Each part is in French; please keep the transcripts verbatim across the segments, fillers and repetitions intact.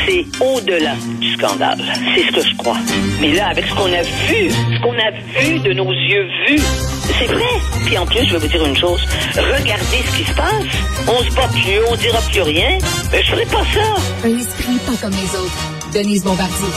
c'est au-delà du scandale. C'est ce que je crois. Mais là, avec ce qu'on a vu, ce qu'on a vu de nos yeux vus, c'est vrai. Puis en plus, je vais vous dire une chose. Regardez ce qui se passe. On se bat plus, on dira plus rien. Mais je ferai pas ça. Un esprit pas comme les autres. Denise Bombardier.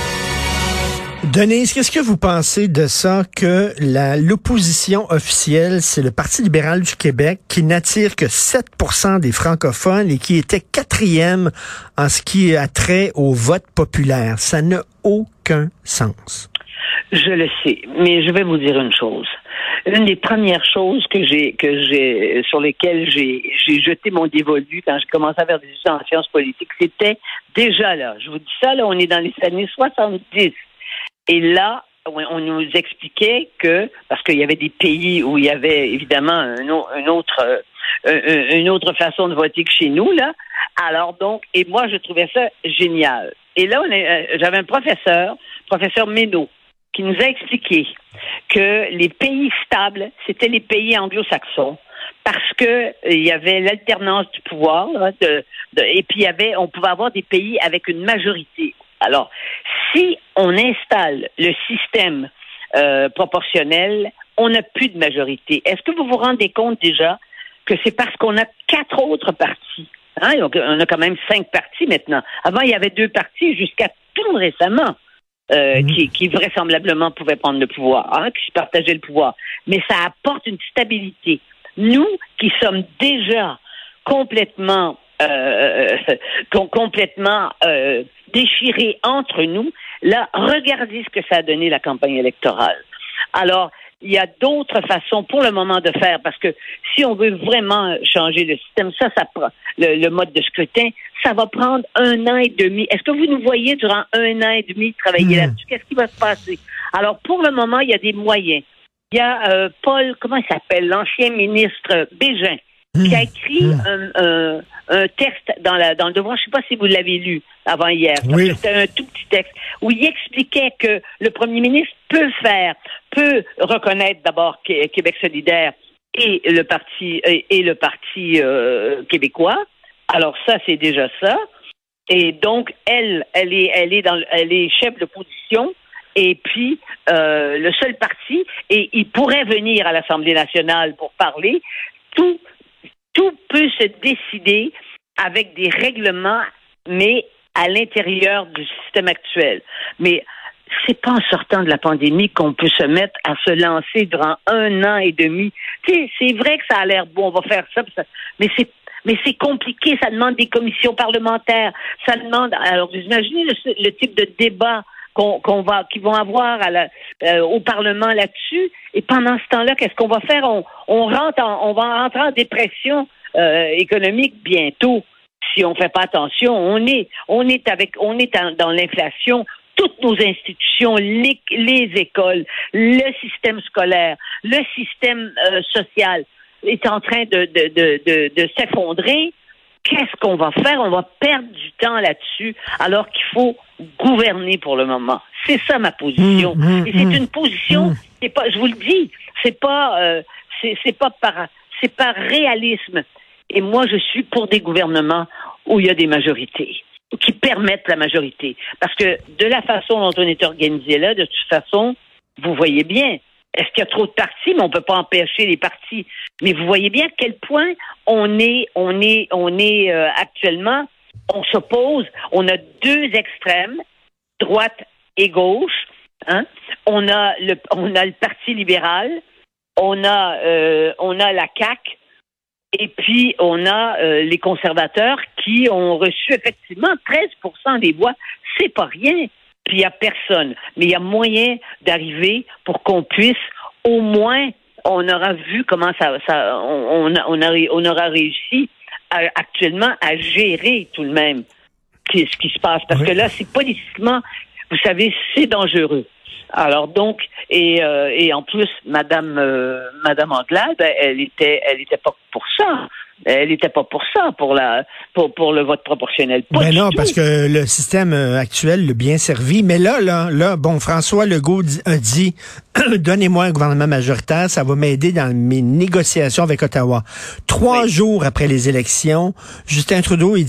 Denise, qu'est-ce que vous pensez de ça que la, l'opposition officielle, c'est le Parti libéral du Québec qui n'attire que sept pour cent des francophones et qui était quatrième en ce qui a trait au vote populaire? Ça n'a aucun sens. Je le sais, mais je vais vous dire une chose. Une des premières choses que j'ai, que j'ai, sur lesquelles j'ai, j'ai jeté mon dévolu quand j'ai commencé à faire des études en sciences politiques, c'était déjà là. Je vous dis ça, là, on est dans les années soixante-dix. Et là, on nous expliquait que, parce qu'il y avait des pays où il y avait évidemment un, un autre, euh, une autre façon de voter que chez nous, là. Alors donc, et moi, je trouvais ça génial. Et là, on est, j'avais un professeur, professeur Ménaud, qui nous a expliqué que les pays stables, c'était les pays anglo-saxons, parce que il y avait l'alternance du pouvoir, là, de, de, et puis il y avait, on pouvait avoir des pays avec une majorité. Alors, si on installe le système euh, proportionnel, on n'a plus de majorité. Est-ce que vous vous rendez compte déjà que c'est parce qu'on a quatre autres partis? Hein? Donc, on a quand même cinq partis maintenant. Avant, il y avait deux partis jusqu'à tout récemment euh, mmh. qui, qui vraisemblablement pouvaient prendre le pouvoir, hein, qui se partageaient le pouvoir. Mais ça apporte une stabilité. Nous, qui sommes déjà complètement euh, com- complètement euh, déchirés entre nous, là, regardez ce que ça a donné la campagne électorale. Alors, il y a d'autres façons pour le moment de faire, parce que si on veut vraiment changer le système, ça, ça prend le, le mode de scrutin, ça va prendre un an et demi. Est-ce que vous nous voyez durant un an et demi travailler mmh. là-dessus? Qu'est-ce qui va se passer? Alors, pour le moment, il y a des moyens. Il y a euh, Paul, comment il s'appelle, l'ancien ministre Bégin, mmh. qui a écrit mmh. un, un, un texte dans, la, dans le Devoir, je ne sais pas si vous l'avez lu avant hier, oui. c'était un tout petit texte, où il expliquait que le premier ministre peut faire, peut reconnaître d'abord Québec solidaire et le parti et, et le parti euh, québécois. Alors ça, c'est déjà ça. Et donc, elle, elle est, elle est dans, elle est chef d'opposition. Et puis, euh, le seul parti, et il pourrait venir à l'Assemblée nationale pour parler, tout, tout peut se décider avec des règlements, mais à l'intérieur du système actuel. Mais c'est pas en sortant de la pandémie qu'on peut se mettre à se lancer durant un an et demi. Tu sais, c'est vrai que ça a l'air bon, on va faire ça, ça mais c'est mais c'est compliqué, ça demande des commissions parlementaires, ça demande, alors vous imaginez le, le type de débat qu'on, qu'on va, qu'ils vont avoir à la, euh, au Parlement là-dessus. Et pendant ce temps-là, qu'est-ce qu'on va faire? On, on rentre, en, on va rentrer en dépression euh, économique bientôt si on fait pas attention. On est, on est avec, on est en, dans l'inflation. Toutes nos institutions, les, les écoles, le système scolaire, le système euh, social est en train de, de, de, de, de s'effondrer. Qu'est-ce qu'on va faire? On va perdre du temps là-dessus, alors qu'il faut gouverner pour le moment. C'est ça ma position. Mmh, mmh, Et c'est mmh, une position, mmh. c'est pas, je vous le dis, c'est pas, euh, c'est, c'est pas par, c'est par réalisme. Et moi, je suis pour des gouvernements où il y a des majorités, qui permettent la majorité. Parce que de la façon dont on est organisé là, de toute façon, vous voyez bien, est-ce qu'il y a trop de partis? Mais on ne peut pas empêcher les partis. Mais vous voyez bien à quel point on est, on est, on est euh, actuellement, on s'oppose. On a deux extrêmes, droite et gauche. Hein? On a le, on a le Parti libéral, on a, euh, on a la C A Q, et puis on a euh, les conservateurs qui ont reçu effectivement treize pour cent des voix. C'est pas rien. Puis il n'y a personne. Mais il y a moyen d'arriver pour qu'on puisse, au moins, on aura vu comment ça, ça on, on, a, on, a, on aura réussi à, actuellement à gérer tout de même ce qui se passe. Parce oui. que là, c'est politiquement, vous savez, c'est dangereux. Alors donc, et, euh, et en plus, Madame euh, Madame Anglade, elle était, elle était pas pour ça. Elle n'était pas pour ça, pour la, pour, pour le vote proportionnel. Pas Mais non, tout. parce que le système actuel l'a bien servi. Mais là, là, là, bon, François Legault dit, a dit, donnez-moi un gouvernement majoritaire, ça va m'aider dans mes négociations avec Ottawa. Trois oui. jours après les élections, Justin Trudeau, il dit,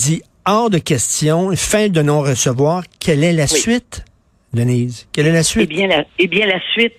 hors de question, fin de non-recevoir. Quelle est la oui. suite, Denise? Quelle est la suite? Eh bien, la, eh bien, la suite,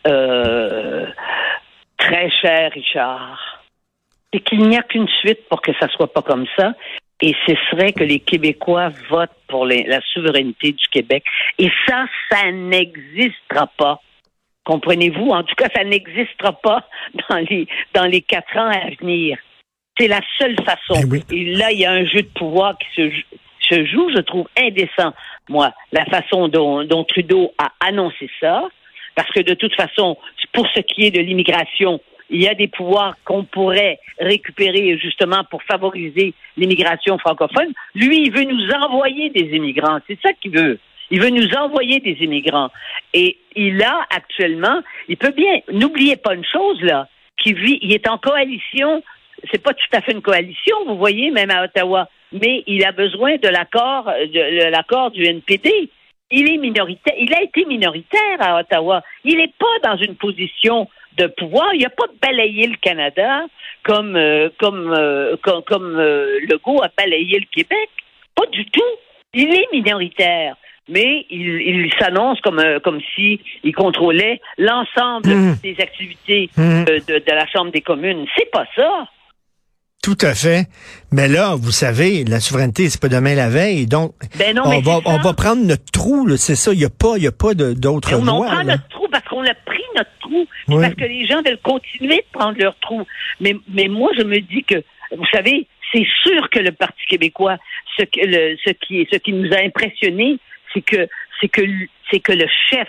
euh, très cher Richard, c'est qu'il n'y a qu'une suite pour que ça soit pas comme ça. Et ce serait que les Québécois votent pour les, la souveraineté du Québec. Et ça, ça n'existera pas. Comprenez-vous? En tout cas, ça n'existera pas dans les, dans les quatre ans à venir. C'est la seule façon. Oui. Et là, il y a un jeu de pouvoir qui se, se joue, je trouve indécent, moi, la façon dont, dont Trudeau a annoncé ça. Parce que de toute façon, pour ce qui est de l'immigration, il y a des pouvoirs qu'on pourrait récupérer justement pour favoriser l'immigration francophone. Lui, il veut nous envoyer des immigrants. C'est ça qu'il veut. Il veut nous envoyer des immigrants. Et il a actuellement, il peut bien, n'oubliez pas une chose, là, qu'il vit, il est en coalition, c'est pas tout à fait une coalition, vous voyez, même à Ottawa, mais il a besoin de l'accord, de, de l'accord du N P D. Il est minoritaire, il a été minoritaire à Ottawa. Il n'est pas dans une position de pouvoir. Il n'a pas balayé le Canada comme, euh, comme, euh, comme, comme euh, Legault a balayé le Québec. Pas du tout. Il est minoritaire. Mais il, il s'annonce comme euh, comme si il contrôlait l'ensemble mmh. des activités mmh. de, de, de la Chambre des communes. C'est pas ça. Tout à fait. Mais là, vous savez, la souveraineté, c'est pas demain la veille. Donc, ben non, on, va, on va prendre notre trou, là, c'est ça. Il n'y a pas, il y a pas de, d'autre voie. On là. prend notre trou parce qu'on a pris notre trou. Oui. Parce que les gens veulent continuer de prendre leur trou. Mais, mais moi, je me dis que, vous savez, c'est sûr que le Parti québécois, ce, que, le, ce, qui, ce qui nous a impressionnés, c'est que, c'est que, c'est que le chef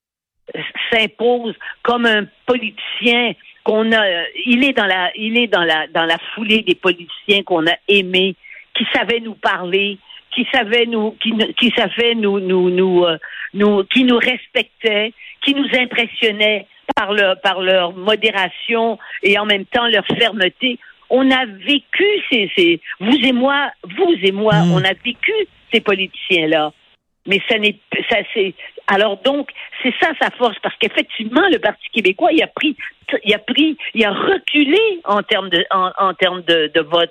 s'impose comme un politicien qu'on a, il est dans la, il est dans la, dans la foulée des politiciens qu'on a aimés, qui savaient nous parler, qui savaient nous, qui, qui savaient nous, nous, nous, euh, nous, qui nous respectaient, qui nous impressionnaient par leur, par leur modération et en même temps leur fermeté. On a vécu ces, ces, vous et moi, vous et moi, mmh. on a vécu ces politiciens-là. Mais ça n'est, ça c'est, alors donc, c'est ça sa force, parce qu'effectivement, le Parti québécois, il a pris, il a pris, il a reculé en termes de, en, en termes de, de vote.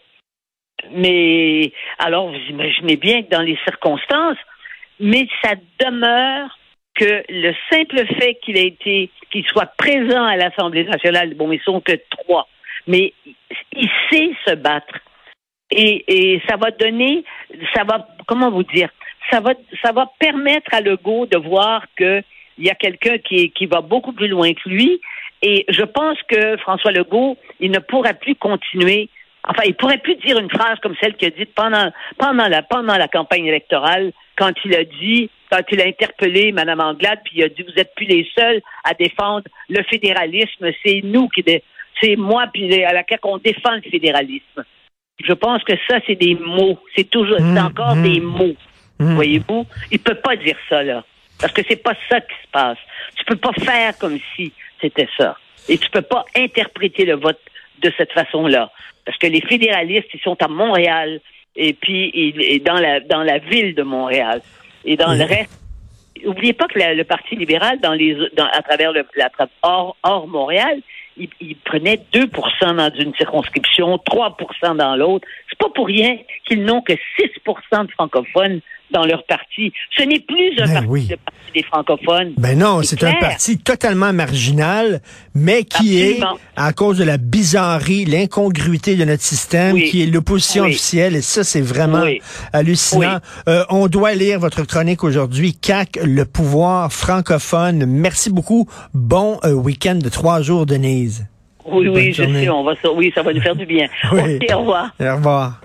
Mais, alors, vous imaginez bien que dans les circonstances, mais ça demeure que le simple fait qu'il ait été, qu'il soit présent à l'Assemblée nationale, bon, ils sont que trois, mais il sait se battre. Et, et ça va donner, ça va, comment vous dire, ça va, ça va permettre à Legault de voir que il y a quelqu'un qui, qui va beaucoup plus loin que lui. Et je pense que François Legault, il ne pourra plus continuer. Enfin, il pourrait plus dire une phrase comme celle qu'il a dite pendant, pendant la, pendant la campagne électorale, quand il a dit, quand il a interpellé Mme Anglade, puis il a dit, vous êtes plus les seuls à défendre le fédéralisme, c'est nous qui, dé- c'est moi, puis à laquelle on défend le fédéralisme. Je pense que ça, c'est des mots. C'est toujours, mmh, c'est encore mmh. des mots. Mmh. Voyez-vous? Il peut pas dire ça, là. Parce que c'est pas ça qui se passe. Tu peux pas faire comme si c'était ça. Et tu peux pas interpréter le vote de cette façon-là. Parce que les fédéralistes, ils sont à Montréal, et puis et dans la dans la ville de Montréal. Et dans mmh. le reste, n'oubliez pas que la, le Parti libéral, dans les dans, à travers le la, hors, hors Montréal, il, il prenait deux pour cent dans une circonscription, trois pour cent dans l'autre. C'est pas pour rien qu'ils n'ont que six pour cent de francophones dans leur parti. Ce n'est plus un ben parti, oui. de parti des francophones. Ben non, c'est, c'est un parti totalement marginal, mais qui Absolument. est, à cause de la bizarrerie, l'incongruité de notre système, oui. qui est l'opposition oui. officielle, et ça, c'est vraiment oui. hallucinant. Oui. Euh, on doit lire votre chronique aujourd'hui, C A Q, le pouvoir francophone. Merci beaucoup. Bon euh, week-end de trois jours, Denise. Oui, Bonne oui, journée. je sais, on va, oui, ça va nous faire du bien. oui. Okay, au revoir. Au revoir.